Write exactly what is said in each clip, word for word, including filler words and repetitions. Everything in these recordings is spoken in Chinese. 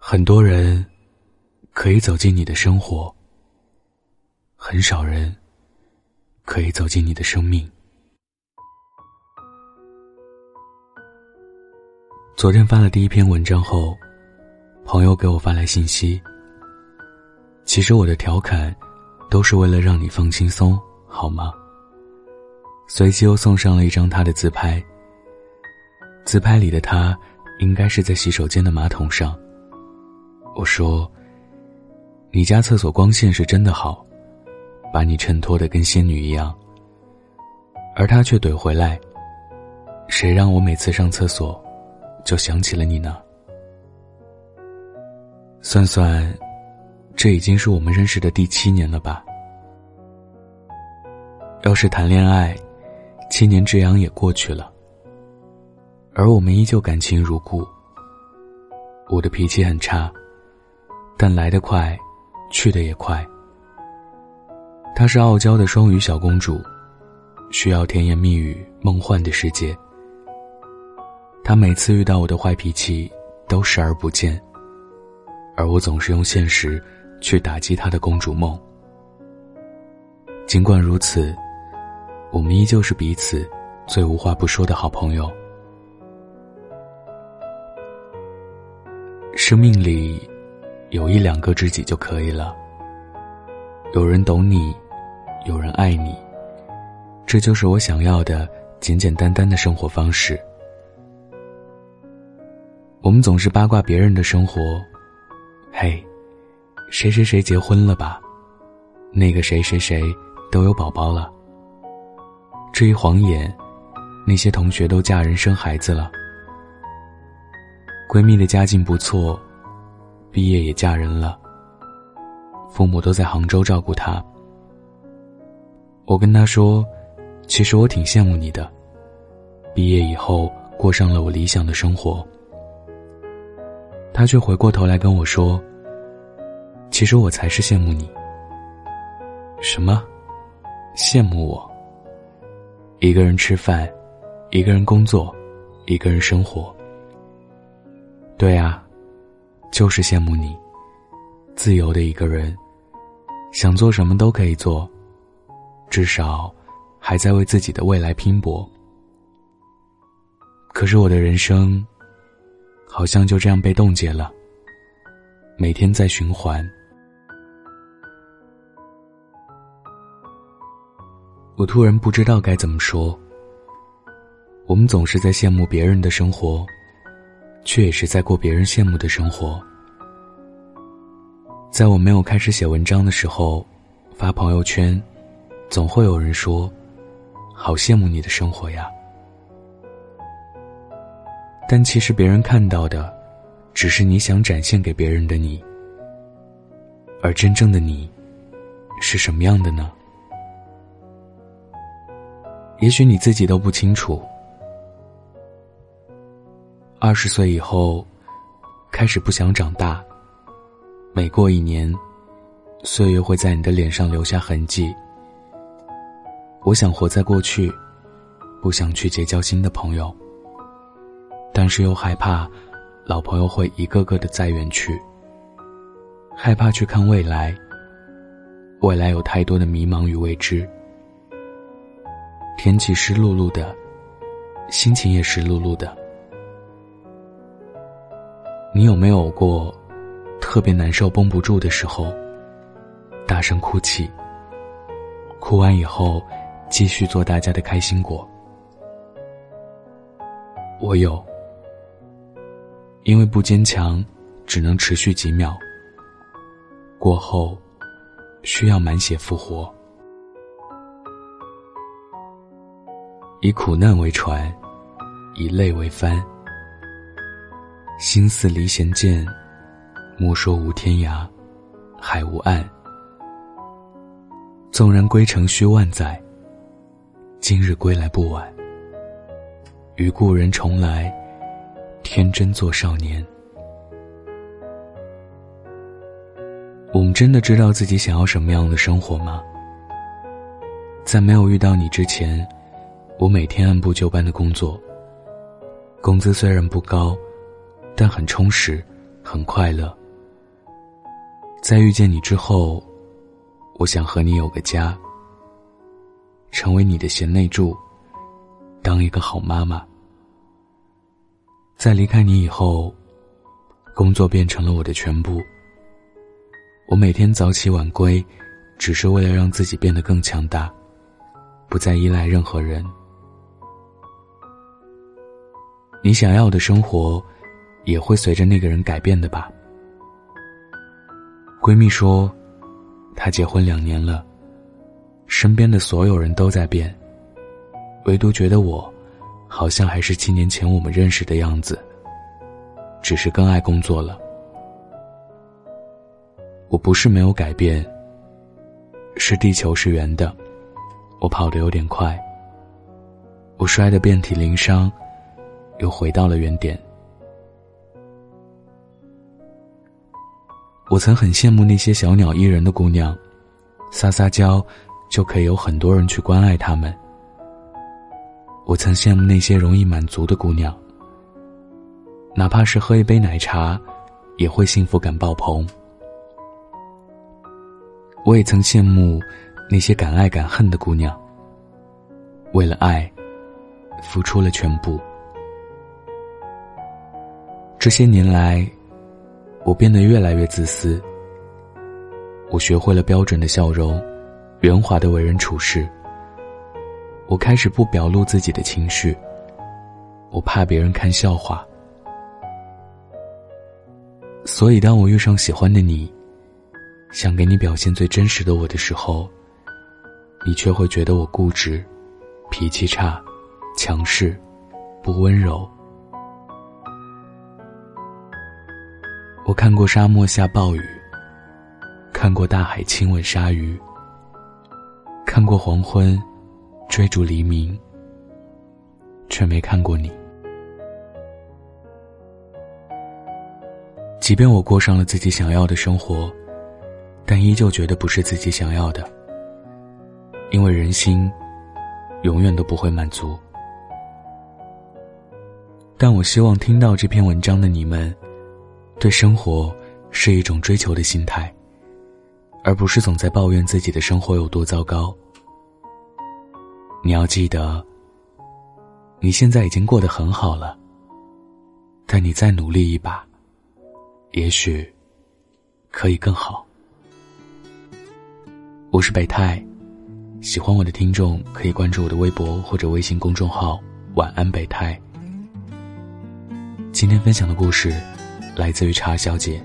很多人可以走进你的生活，很少人可以走进你的生命。昨天发了第一篇文章后，朋友给我发来信息，其实我的调侃都是为了让你放轻松，好吗？随即又送上了一张他的自拍，自拍里的他应该是在洗手间的马桶上。我说，你家厕所光线是真的好，把你衬托得跟仙女一样。而他却怼回来，谁让我每次上厕所就想起了你呢？算算，这已经是我们认识的第七年了吧。要是谈恋爱，七年之痒也过去了，而我们依旧感情如故。我的脾气很差，但来得快，去得也快。她是傲娇的双鱼小公主，需要甜言蜜语梦幻的世界。她每次遇到我的坏脾气都视而不见，而我总是用现实去打击她的公主梦。尽管如此，我们依旧是彼此最无话不说的好朋友。生命里有一两个知己就可以了，有人懂你，有人爱你，这就是我想要的简简单单的生活方式。我们总是八卦别人的生活，嘿，谁谁谁结婚了吧，那个谁谁谁都有宝宝了。这一晃眼，那些同学都嫁人生孩子了。闺蜜的家境不错，毕业也嫁人了，父母都在杭州照顾她。我跟她说，其实我挺羡慕你的，毕业以后过上了我理想的生活。她却回过头来跟我说，其实我才是羡慕你。什么？羡慕我？一个人吃饭，一个人工作，一个人生活。对啊，就是羡慕你，自由的一个人，想做什么都可以做，至少还在为自己的未来拼搏。可是我的人生好像就这样被冻结了，每天在循环。我突然不知道该怎么说。我们总是在羡慕别人的生活，却也是在过别人羡慕的生活。在我没有开始写文章的时候，发朋友圈，总会有人说，好羡慕你的生活呀。但其实别人看到的，只是你想展现给别人的你，而真正的你，是什么样的呢？也许你自己都不清楚。二十岁以后，开始不想长大。每过一年，岁月会在你的脸上留下痕迹。我想活在过去，不想去结交新的朋友，但是又害怕老朋友会一个个的再远去，害怕去看未来，未来有太多的迷茫与未知。天气湿漉漉的，心情也湿漉漉的。你有没有过特别难受绷不住的时候，大声哭泣，哭完以后继续做大家的开心果？我有，因为不坚强，只能持续几秒，过后需要满血复活。以苦难为船，以泪为帆，心似离弦箭，莫说无天涯，海无岸。纵然归程须万载，今日归来不晚。与故人重来，天真做少年。我们真的知道自己想要什么样的生活吗？在没有遇到你之前，我每天按部就班的工作，工资虽然不高，但很充实，很快乐。 在遇见你之后，我想和你有个家，成为你的贤内助，当一个好妈妈。在离开你以后，工作变成了我的全部。我每天早起晚归，只是为了让自己变得更强大，不再依赖任何人。你想要的生活也会随着那个人改变的吧。闺蜜说，她结婚两年了，身边的所有人都在变，唯独觉得我好像还是七年前我们认识的样子，只是更爱工作了。我不是没有改变，是地球是圆的，我跑得有点快，我摔得遍体鳞伤，又回到了原点。我曾很羡慕那些小鸟依人的姑娘，撒撒娇就可以有很多人去关爱她们。我曾羡慕那些容易满足的姑娘，哪怕是喝一杯奶茶也会幸福感爆棚。我也曾羡慕那些敢爱敢恨的姑娘，为了爱付出了全部。这些年来，我变得越来越自私。我学会了标准的笑容，圆滑的为人处事。我开始不表露自己的情绪，我怕别人看笑话。所以当我遇上喜欢的你，想给你表现最真实的我的时候，你却会觉得我固执、脾气差、强势、不温柔。我看过沙漠下暴雨，看过大海亲吻鲨鱼，看过黄昏追逐黎明，却没看过你。即便我过上了自己想要的生活，但依旧觉得不是自己想要的，因为人心永远都不会满足。但我希望听到这篇文章的你们，对生活是一种追求的心态，而不是总在抱怨自己的生活有多糟糕。你要记得，你现在已经过得很好了，但你再努力一把，也许可以更好。我是北太，喜欢我的听众可以关注我的微博或者微信公众号晚安北太。今天分享的故事来自于茶小姐。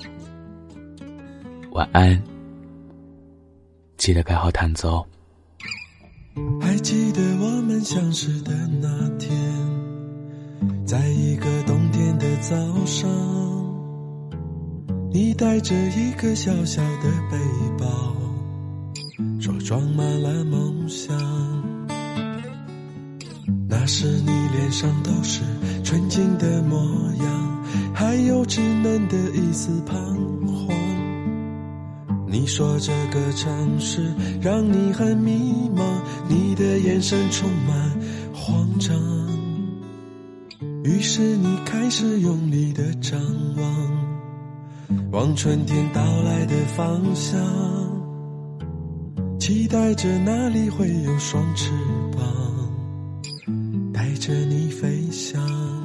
晚安，记得盖好毯子哦。 还记得我们相识的那天，在一个冬天的早上，你带着一个小小的背包，说装满了梦想。那时你脸上都是纯净的模样，还有稚嫩的一丝彷徨。你说这个城市让你很迷茫，你的眼神充满慌张。于是你开始用力地张望，望春天到来的方向，期待着那里会有双翅膀，带着你飞翔。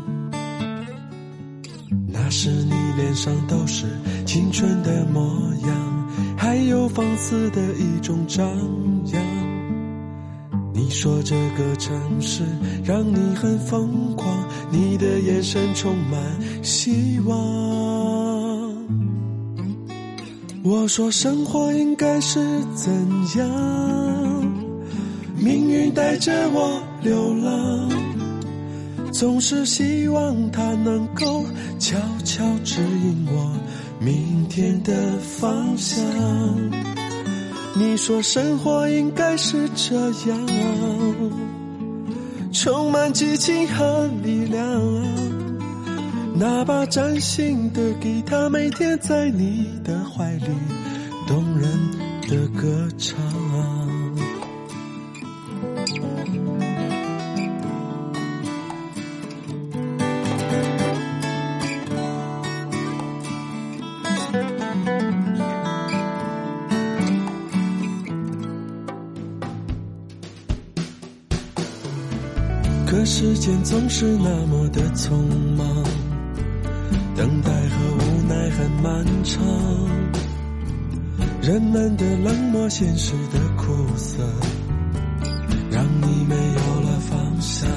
那时你脸上都是青春的模样，还有放肆的一种张扬。你说这个城市让你很疯狂，你的眼神充满希望。我说生活应该是怎样，命运带着我流浪，总是希望它能够悄悄指引我明天的方向。你说生活应该是这样，充满激情和力量，那把崭新的吉他每天在你的怀里动人的歌唱。 时间总是那么的匆忙，等待和无奈很漫长，人们的冷漠，现实的苦涩，让你没有了方向。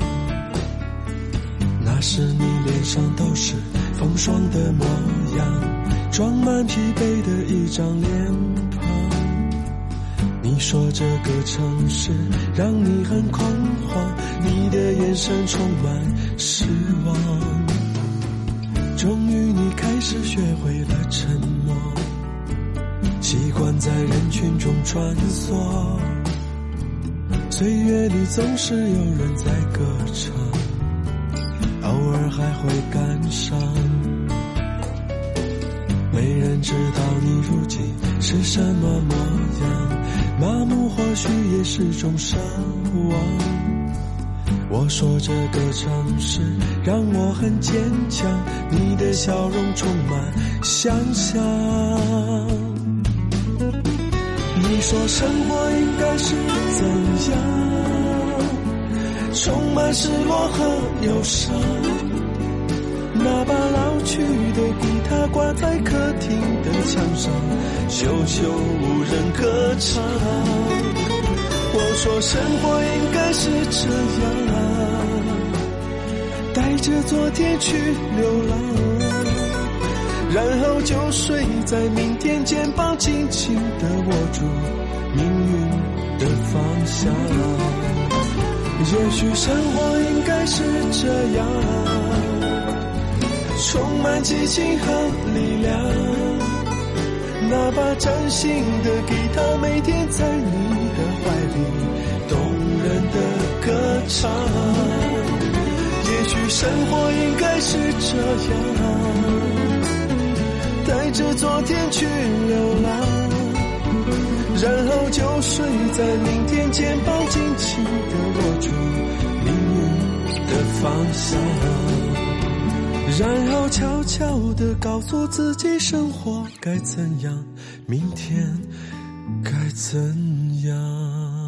那时你脸上都是风霜的模样，装满疲惫的一张脸庞。你说这个城市让你很恐慌，你的眼神充满失望。终于你开始学会了沉默，习惯在人群中穿梭，岁月里总是有人在歌唱，偶尔还会感伤。没人知道你如今是什么模样，麻木或许也是种奢望。我说这个城市让我很坚强，你的笑容充满想象。你说生活应该是怎样，充满失落和忧伤，那把老去的吉他挂在客厅的墙上，久久无人歌唱。我说生活应该是这样，带着昨天去流浪，然后就睡在明天，肩膀紧紧地握住命运的方向。也许生活应该是这样，充满激情和力量，那把崭新的吉他每天在你的怀里动人的歌唱。也许生活应该是这样，带着昨天去流浪，然后就睡在明天，肩膀紧紧地握住命运的方向，然后悄悄地告诉自己生活该怎样，明天该怎样。